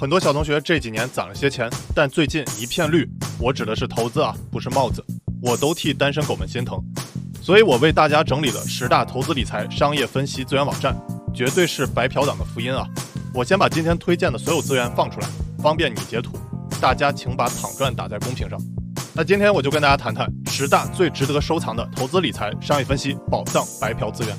很多小同学这几年攒了些钱，但最近一片绿，我指的是投资啊，不是帽子，我都替单身狗们心疼。所以我为大家整理了10大投资理财商业分析资源网站，绝对是白嫖党的福音啊！我先把今天推荐的所有资源放出来，方便你截图。大家请把躺赚打在公屏上。那今天我就跟大家谈谈10大最值得收藏的投资理财商业分析宝藏白嫖资源。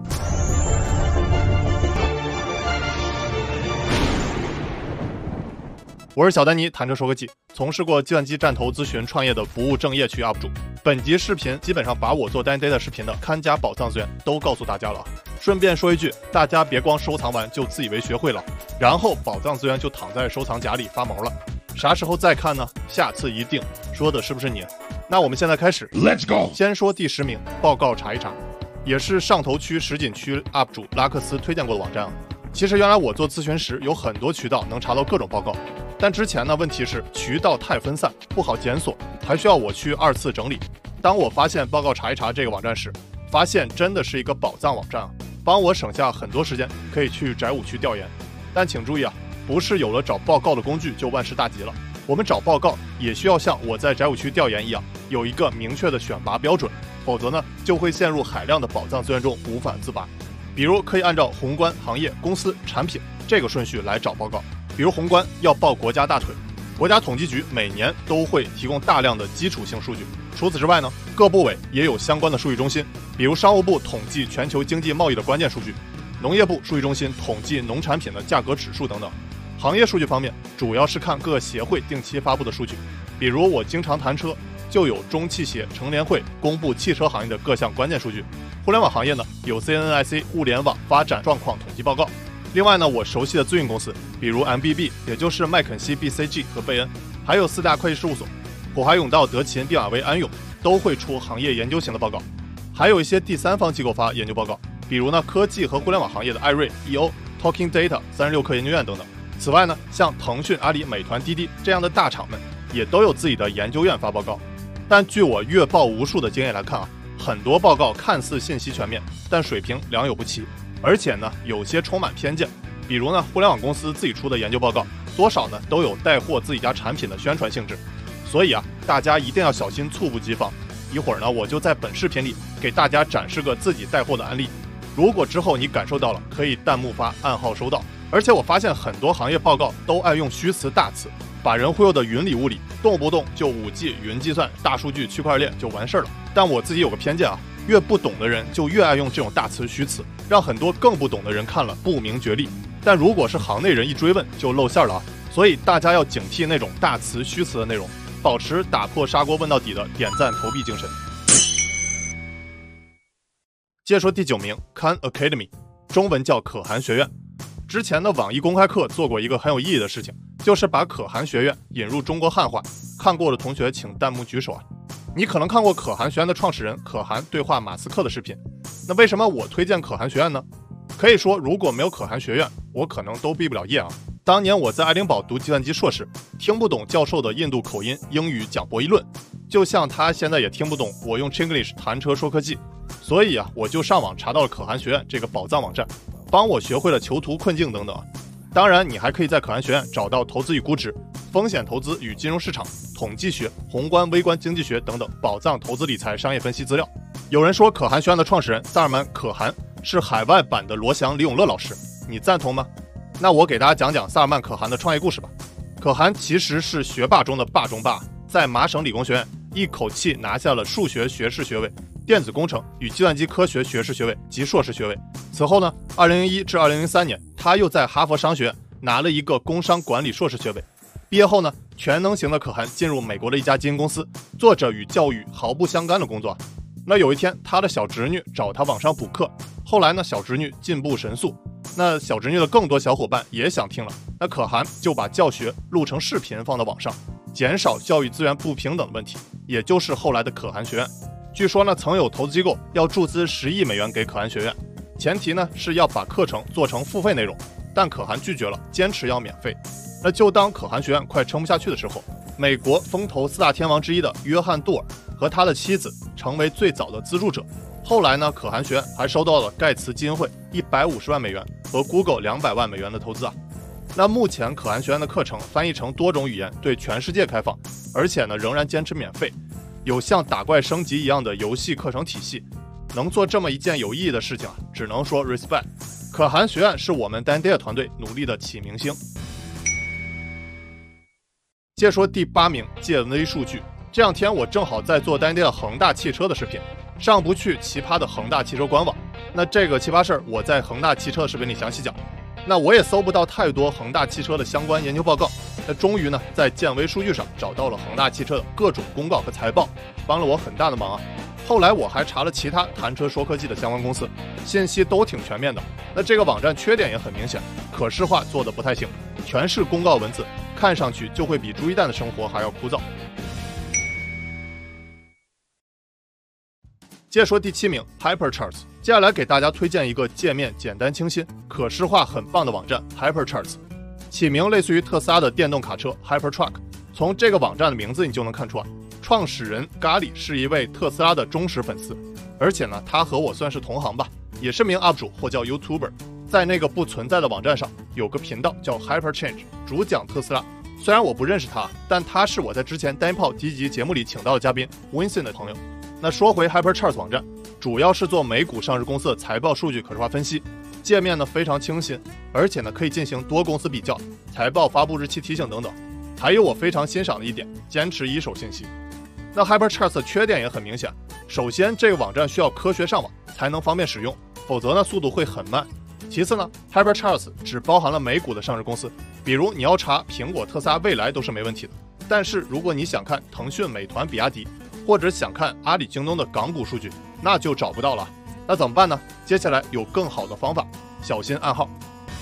我是小丹尼，谈车说科技，从事过计算机战投咨询创业的不务正业区 UP 主。本集视频基本上把我做单 data 视频的看家宝藏资源都告诉大家了。顺便说一句，大家别光收藏完就自以为学会了，然后宝藏资源就躺在收藏夹里发毛了。啥时候再看呢？下次一定。说的是不是你？那我们现在开始 Let's go。 先说第10名，报告查一查，也是上头区什锦区 UP 主拉克斯推荐过的网站啊。其实原来我做咨询时有很多渠道能查到各种报告，但之前呢问题是渠道太分散，不好检索，还需要我去2次整理。当我发现报告查一查这个网站时，发现真的是一个宝藏网站啊，帮我省下很多时间，可以去宅5区调研。但请注意啊，不是有了找报告的工具就万事大吉了。我们找报告也需要像我在宅5区调研一样，有一个明确的选拔标准，否则呢就会陷入海量的宝藏资源中无法自拔。比如可以按照宏观、行业、公司、产品这个顺序来找报告。比如宏观要抱国家大腿，国家统计局每年都会提供大量的基础性数据。除此之外呢，各部委也有相关的数据中心，比如商务部统计全球经济贸易的关键数据，农业部数据中心统计农产品的价格指数等等。行业数据方面，主要是看各协会定期发布的数据，比如我经常谈车，就有中汽协、乘联会公布汽车行业的各项关键数据。互联网行业呢，有 CNNIC 互联网发展状况统计报告。另外呢，我熟悉的咨询公司，比如 MBB， 也就是麦肯锡、BCG 和贝恩，还有4大会计事务所，普华永道、德勤、毕马威、安永都会出行业研究型的报告。还有一些第三方机构发研究报告，比如呢科技和互联网行业的艾瑞、EO、Talking Data、36氪研究院等等。此外呢，像腾讯、阿里、美团、滴滴这样的大厂们也都有自己的研究院发报告。但据我阅报无数的经验来看啊，很多报告看似信息全面，但水平良莠不齐，而且呢有些充满偏见。比如呢互联网公司自己出的研究报告，多少呢都有带货自己家产品的宣传性质。所以啊，大家一定要小心，猝不及防。一会儿呢我就在本视频里给大家展示个自己带货的案例，如果之后你感受到了，可以弹幕发暗号收到。而且我发现很多行业报告都爱用虚词大词，把人忽悠的云里雾里，动不动就5G、云计算、大数据、区块链就完事儿了。但我自己有个偏见啊，越不懂的人就越爱用这种大词虚词，让很多更不懂的人看了不明觉厉。但如果是行内人一追问就露馅了啊，所以大家要警惕那种大词虚词的内容，保持打破砂锅问到底的点赞投币精神。接着说第9名 Khan Academy， 中文叫可汗学院。之前的网易公开课做过一个很有意义的事情，就是把可汗学院引入中国汉化。看过的同学请弹幕举手啊！你可能看过可汗学院的创始人可汗对话马斯克的视频，那为什么我推荐可汗学院呢？可以说如果没有可汗学院，我可能都毕不了业啊。当年我在爱丁堡读计算机硕士，听不懂教授的印度口音英语讲博弈论，就像他现在也听不懂我用 Chinglish 谈车说科技。所以啊，我就上网查到了可汗学院这个宝藏网站，帮我学会了囚徒困境等等。当然你还可以在可汗学院找到投资与估值、风险投资与金融市场、统计学、宏观微观经济学等等宝藏投资理财商业分析资料。有人说可汗学院的创始人萨尔曼·可汗是海外版的罗翔、李永乐老师，你赞同吗？那我给大家讲讲萨尔曼·可汗的创业故事吧。可汗其实是学霸中的霸中霸，在麻省理工学院一口气拿下了数学学士学位、电子工程与计算机科学学士学位及硕士学位。此后呢，2001至2003年，他又在哈佛商学院拿了一个工商管理硕士学位。毕业后呢，全能型的可汗进入美国的一家基金公司，做着与教育毫不相干的工作。那有一天，他的小侄女找他网上补课，后来呢，小侄女进步神速，那小侄女的更多小伙伴也想听了，那可汗就把教学录成视频放到网上，减少教育资源不平等的问题，也就是后来的可汗学院。据说呢，曾有投资机构要注资10亿美元给可汗学院，前提呢是要把课程做成付费内容，但可汗拒绝了，坚持要免费。那就当可汗学院快撑不下去的时候，美国风投4大天王之一的约翰·杜尔和他的妻子成为最早的资助者。后来呢，可汗学院还收到了盖茨基金会150万美元和 Google 200万美元的投资啊。 那目前可汗学院的课程翻译成多种语言，对全世界开放，而且呢仍然坚持免费，有像打怪升级一样的游戏课程体系，能做这么一件有意义的事情只能说 respect。可汗学院是我们 DanData 团队努力的启明星。接说第8名建威数据。这两天我正好在做 DanData 恒大汽车的视频，上不去奇葩的恒大汽车官网。那这个奇葩事儿我在恒大汽车的视频里详细讲。那我也搜不到太多恒大汽车的相关研究报告，那终于呢在建威数据上找到了恒大汽车的各种公告和财报，帮了我很大的忙啊。后来我还查了其他谈车说科技的相关公司，信息都挺全面的。那这个网站缺点也很明显，可视化做的不太行，全是公告文字，看上去就会比猪一蛋的生活还要枯燥。接说第7名 Hypercharts， 接下来给大家推荐一个界面简单清新、可视化很棒的网站 Hypercharts， 起名类似于特斯拉的电动卡车 Hypertruck。 从这个网站的名字你就能看出创始人咖喱是一位特斯拉的忠实粉丝，而且呢他和我算是同行吧，也是名 UP 主或叫 YouTuber。 在那个不存在的网站上有个频道叫 Hyperchange， 主讲特斯拉。虽然我不认识他，但他是我在之前单炮第1集节目里请到的嘉宾 Winston 的朋友。那说回 Hypercharts 网站，主要是做美股上市公司的财报数据可视化分析，界面呢非常清新，而且呢可以进行多公司比较、财报发布日期提醒等等。还有我非常欣赏的一点，坚持一手信息。那 Hypercharts 的缺点也很明显，首先这个网站需要科学上网才能方便使用，否则呢速度会很慢。其次呢 Hypercharts 只包含了美股的上市公司，比如你要查苹果、特斯拉、蔚来都是没问题的，但是如果你想看腾讯、美团、比亚迪，或者想看阿里、京东的港股数据，那就找不到了。那怎么办呢？接下来有更好的方法，小心暗号。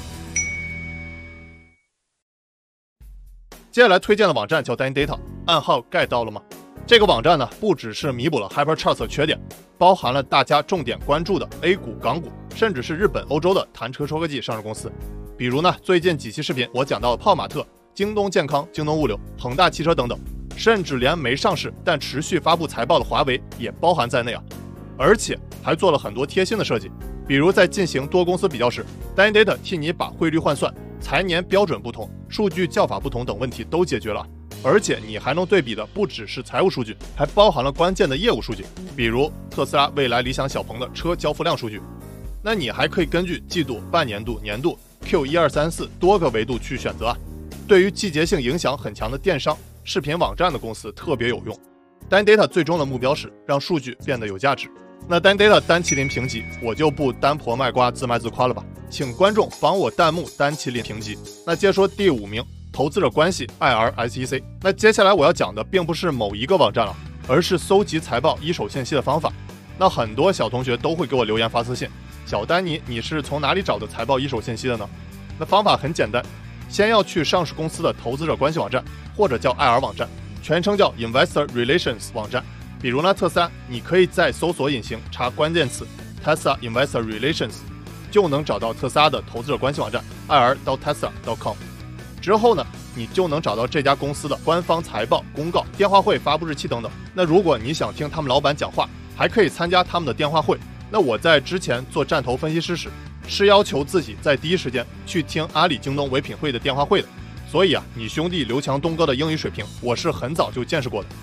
接下来推荐的网站叫 DanData， 暗号 get 到了吗？这个网站呢，不只是弥补了 Hypercharts 的缺点，包含了大家重点关注的 A 股、港股，甚至是日本、欧洲的谈车说科技上市公司。比如呢，最近几期视频我讲到的泡玛特、京东健康、京东物流、恒大汽车等等，甚至连没上市但持续发布财报的华为也包含在内啊。而且还做了很多贴心的设计，比如在进行多公司比较时 ，DanData 替你把汇率换算、财年标准不同、数据叫法不同等问题都解决了。而且你还能对比的不只是财务数据，还包含了关键的业务数据，比如特斯拉、蔚来、理想、小鹏的车交付量数据。那你还可以根据季度、半年度、年度、Q1234多个维度去选择啊。对于季节性影响很强的电商、视频网站的公司特别有用。DanData 最终的目标是让数据变得有价值。那 DanData 单麒麟评级我就不单婆卖瓜自卖自夸了吧，请观众帮我弹幕单麒麟评级。那接说第5名投资者关系 IRSEC。 那接下来我要讲的并不是某一个网站了，而是搜集财报一手信息的方法。那很多小同学都会给我留言发私信，小丹尼你是从哪里找的财报一手信息的呢？那方法很简单，先要去上市公司的投资者关系网站，或者叫 IR 网站，全称叫 Investor Relations 网站。比如呢特斯拉，你可以在搜索引擎查关键词 Tesla Investor Relations， 就能找到特斯拉的投资者关系网站 ir.tesla.com。 之后呢你就能找到这家公司的官方财报、公告、电话会发布日期等等。那如果你想听他们老板讲话，还可以参加他们的电话会。那我在之前做战投分析师时，是要求自己在第一时间去听阿里、京东唯品会的电话会的。所以啊，你兄弟刘强东哥的英语水平，我是很早就见识过的。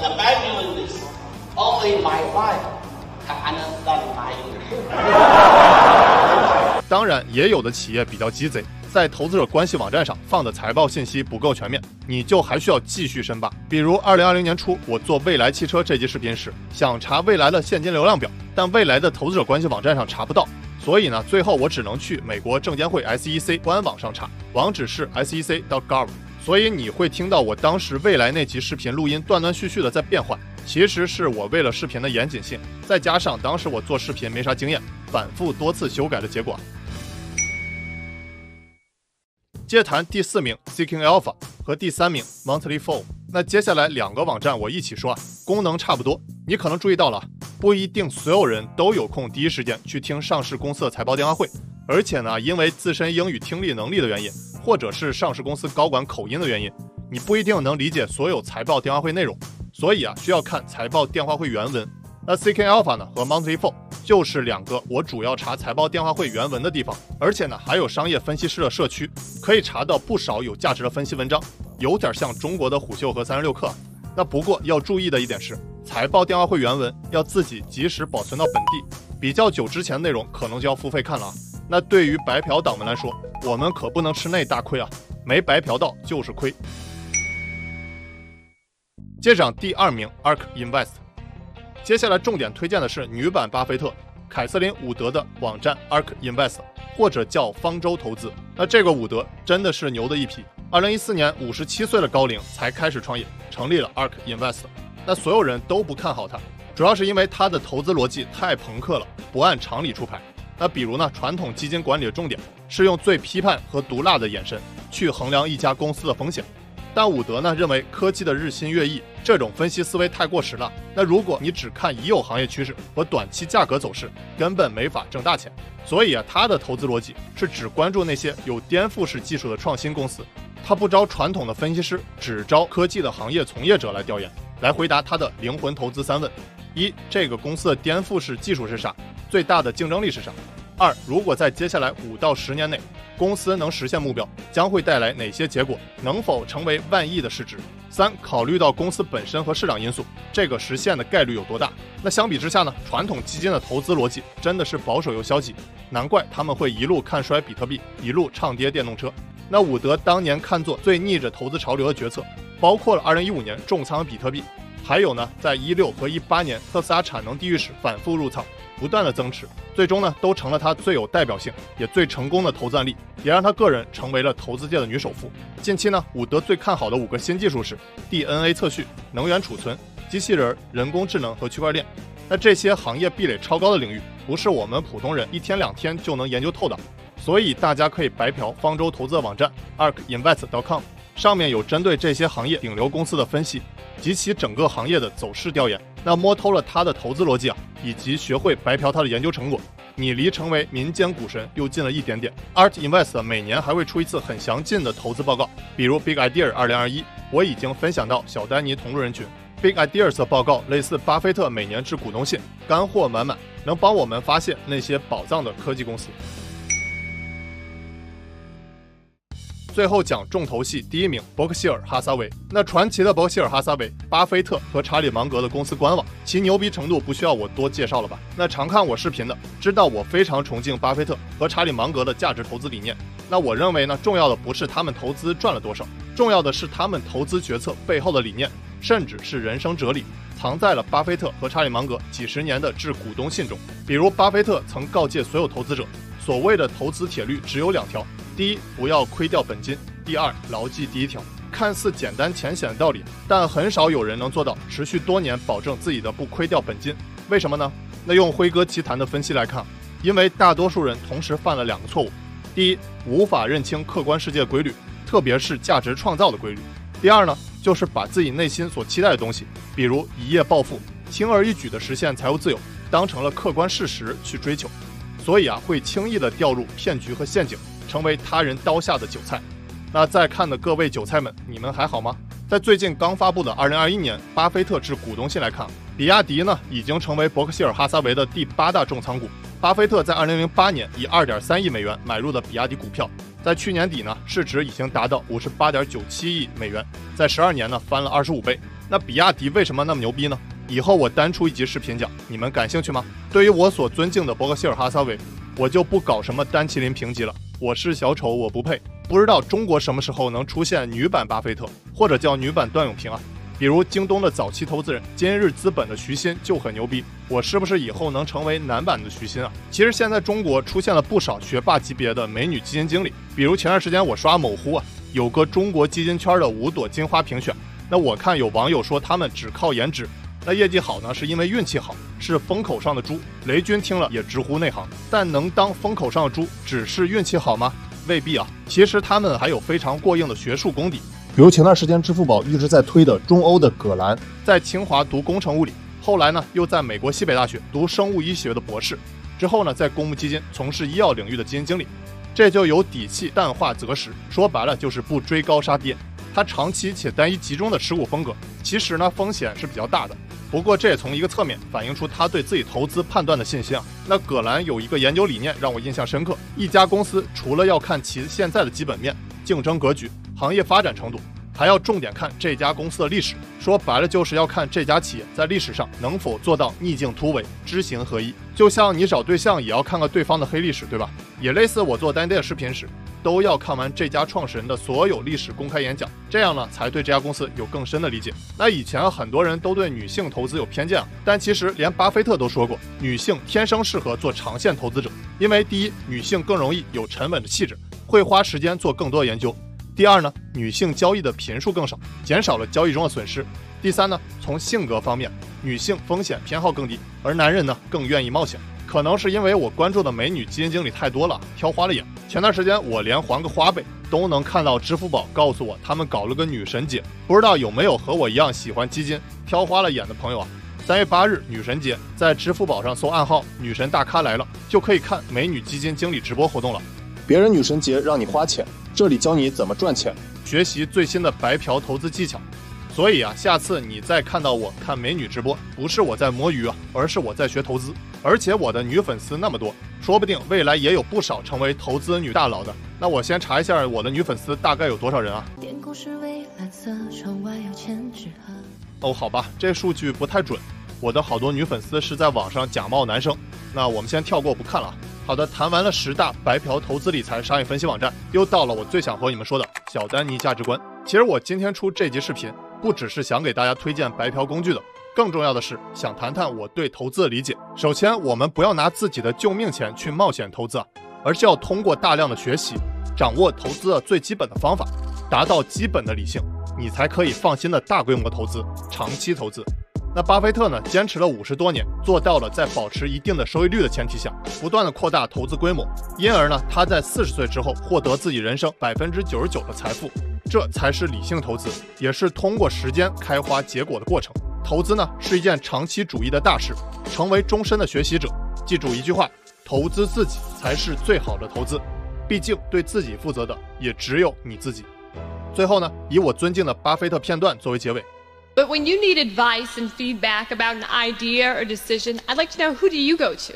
当然，也有的企业比较鸡贼，在投资者关系网站上放的财报信息不够全面，你就还需要继续深扒。比如2020年初，我做蔚来汽车这集视频时，想查蔚来的现金流量表，但蔚来的投资者关系网站上查不到。所以呢，最后我只能去美国证监会 SEC 官网上查，网址是 sec.gov。所以你会听到我当时蔚来那集视频录音断断续续的在变换，其实是我为了视频的严谨性，再加上当时我做视频没啥经验，反复多次修改的结果。接谈第4名 Seeking Alpha 和第3名 Monthly Fall。 那接下来2个网站我一起说啊，功能差不多。你可能注意到了，不一定所有人都有空第一时间去听上市公司的财报电话会，而且呢，因为自身英语听力能力的原因，或者是上市公司高管口音的原因，你不一定能理解所有财报电话会内容，所以啊，需要看财报电话会原文。那 Seeking Alpha 呢和 Monthly Fall 就是2个我主要查财报电话会原文的地方，而且呢还有商业分析师的社区，可可以查到不少有价值的分析文章，有点像中国的虎嗅和36氪。那不过要注意的一点是，财报电话会原文要自己及时保存到本地，比较久之前的内容可能就要付费看了啊。那对于白嫖党们来说，我们可不能吃那大亏啊，没白嫖到就是亏。接上第2名 ARK Invest， 接下来重点推荐的是女版巴菲特凯瑟琳·伍德的网站 ARK Invest， 或者叫方舟投资。那这个伍德真的是牛的一批，2014年57岁的高龄才开始创业，成立了 ARK Invest。那所有人都不看好他，主要是因为他的投资逻辑太朋克了，不按常理出牌。那比如呢，传统基金管理的重点是用最批判和毒辣的眼神去衡量一家公司的风险。但伍德呢认为科技的日新月异，这种分析思维太过时了。那如果你只看已有行业趋势和短期价格走势，根本没法挣大钱。所以他的投资逻辑是只关注那些有颠覆式技术的创新公司，他不招传统的分析师，只招科技的行业从业者来调研，来回答他的灵魂投资3问：一，这个公司的颠覆式技术是啥？最大的竞争力是啥？2，如果在接下来5到10年内，公司能实现目标，将会带来哪些结果？能否成为万亿的市值？3，考虑到公司本身和市场因素，这个实现的概率有多大？那相比之下呢，传统基金的投资逻辑真的是保守又消极，难怪他们会一路看衰比特币，一路唱跌电动车。那伍德当年看作最逆着投资潮流的决策，包括了2015年重仓比特币，还有呢，在16和18年特斯拉产能地狱时反复入仓，不断的增持，最终呢都成了他最有代表性也最成功的投资案例，也让他个人成为了投资界的女首富。近期呢，伍德最看好的5个新技术是 DNA 测序、能源储存、机器人、人工智能和区块链。那这些行业壁垒超高的领域，不是我们普通人1天2天就能研究透的，所以大家可以白嫖方舟投资的网站 ARKinvest.com， 上面有针对这些行业顶流公司的分析及其整个行业的走势调研。那摸透了他的投资逻辑以及学会白嫖他的研究成果，你离成为民间股神又近了一点点。ARK Invest 每年还会出一次很详尽的投资报告，比如 Big Idea 2021，我已经分享到小丹尼同路人群。Big Ideas 的报告类似巴菲特每年致股东信，干货满满，能帮我们发现那些宝藏的科技公司。最后讲重头戏，第1名伯克希尔哈撒韦。那传奇的伯克希尔哈撒韦，巴菲特和查理芒格的公司官网，其牛逼程度不需要我多介绍了吧？那常看我视频的知道我非常崇敬巴菲特和查理芒格的价值投资理念。那我认为呢，重要的不是他们投资赚了多少，重要的是他们投资决策背后的理念，甚至是人生哲理，藏在了巴菲特和查理芒格几十年的致股东信中。比如巴菲特曾告诫所有投资者，所谓的投资铁律只有2条，第一，不要亏掉本金；第2，牢记第1条。看似简单浅显的道理，但很少有人能做到持续多年保证自己的不亏掉本金。为什么呢？那用辉哥奇谈的分析来看，因为大多数人同时犯了2个错误：第一，无法认清客观世界规律，特别是价值创造的规律；第2呢，就是把自己内心所期待的东西，比如一夜暴富、轻而易举的实现财务自由，当成了客观事实去追求，所以会轻易的掉入骗局和陷阱，成为他人刀下的韭菜。那在看的各位韭菜们，你们还好吗？在最近刚发布的2021年巴菲特致股东信来看，比亚迪呢已经成为伯克希尔哈撒韦的第8大重仓股。巴菲特在2008年以2.3亿美元买入的比亚迪股票，在去年底呢市值已经达到58.97亿美元，在12年呢翻了25倍。那比亚迪为什么那么牛逼呢？以后我单出一集视频讲，你们感兴趣吗？对于我所尊敬的伯克希尔哈撒韦，我就不搞什么丹麒麟评级了，我是小丑，我不配。不知道中国什么时候能出现女版巴菲特，或者叫女版段永平啊？比如京东的早期投资人今日资本的徐新就很牛逼，我是不是以后能成为男版的徐新啊？其实现在中国出现了不少学霸级别的美女基金经理，比如前段时间我刷某乎有个中国基金圈的5朵金花评选，那我看有网友说他们只靠颜值，那业绩好呢是因为运气好，是风口上的猪。雷军听了也直呼内行，但能当风口上的猪只是运气好吗？未必啊，其实他们还有非常过硬的学术功底。比如前段时间支付宝一直在推的中欧的葛兰，在清华读工程物理，后来呢又在美国西北大学读生物医学的博士，之后呢在公募基金从事医药领域的基金经理，这就有底气淡化择时，说白了就是不追高杀跌。他长期且单一集中的持股风格，其实呢风险是比较大的，不过这也从一个侧面反映出他对自己投资判断的信心啊。那葛兰有一个研究理念让我印象深刻，一家公司除了要看其现在的基本面， 竞争格局、行业发展程度，还要重点看这家公司的历史。说白了就是要看这家企业在历史上能否做到逆境突围、知行合一。就像你找对象也要看看对方的黑历史，对吧？也类似我做单 day 视频时，都要看完这家创始人的所有历史公开演讲，这样呢才对这家公司有更深的理解。那以前很多人都对女性投资有偏见，但其实连巴菲特都说过，女性天生适合做长线投资者。因为第一，女性更容易有沉稳的气质，会花时间做更多研究；第二呢，女性交易的频数更少，减少了交易中的损失；第三呢，从性格方面，女性风险偏好更低，而男人呢更愿意冒险。可能是因为我关注的美女基金经理太多了，挑花了眼。前段时间我连还个花呗都能看到支付宝告诉我他们搞了个女神节，不知道有没有和我一样喜欢基金、挑花了眼的朋友啊？3月8日女神节，在支付宝上搜暗号女神大咖来了，就可以看美女基金经理直播活动了。 别人女神节让你花钱，这里教你怎么赚钱， 学习最新的白嫖投资技巧。所以啊，下次你再看到我看美女直播，不是我在摸鱼啊，而是我在学投资。而且我的女粉丝那么多，说不定未来也有不少成为投资女大佬的。那我先查一下我的女粉丝大概有多少人啊？ 天空是蔚蓝色，窗外有千纸鹤。 哦，好吧，这数据不太准。我的好多女粉丝是在网上假冒男生，那我们先跳过不看了。好的，谈完了10大白嫖投资理财商业分析网站，又到了我最想和你们说的小丹尼价值观。其实我今天出这集视频，不只是想给大家推荐白嫖工具的，更重要的是想谈谈我对投资的理解。首先，我们不要拿自己的救命钱去冒险投资啊，而是要通过大量的学习，掌握投资的最基本的方法，达到基本的理性，你才可以放心的大规模投资、长期投资。那巴菲特呢，坚持了50多年，做到了在保持一定的收益率的前提下，不断的扩大投资规模，因而呢，他在40岁之后获得自己人生99%的财富。这才是理性投资，也是通过时间开花结果的过程。投资呢是一件长期主义的大事，成为终身的学习者。记住一句话，投资自己才是最好的投资，毕竟对自己负责的也只有你自己。最后呢，以我尊敬的巴菲特片段作为结尾。 But when you need advice and feedback about an idea or decision, I'd like to know, who do you go to?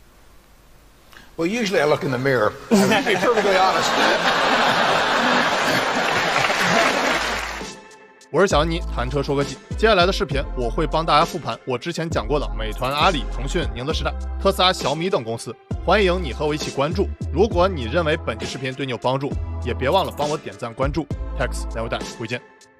Well, usually I look in the mirror. To be perfectly honest. 我是小安妮，谈车说科技。接下来的视频我会帮大家复盘我之前讲过的美团、阿里、腾讯、宁德时代、特斯拉、小米等公司，欢迎你和我一起关注。如果你认为本期视频对你有帮助，也别忘了帮我点赞关注。Tax 来回带，回见。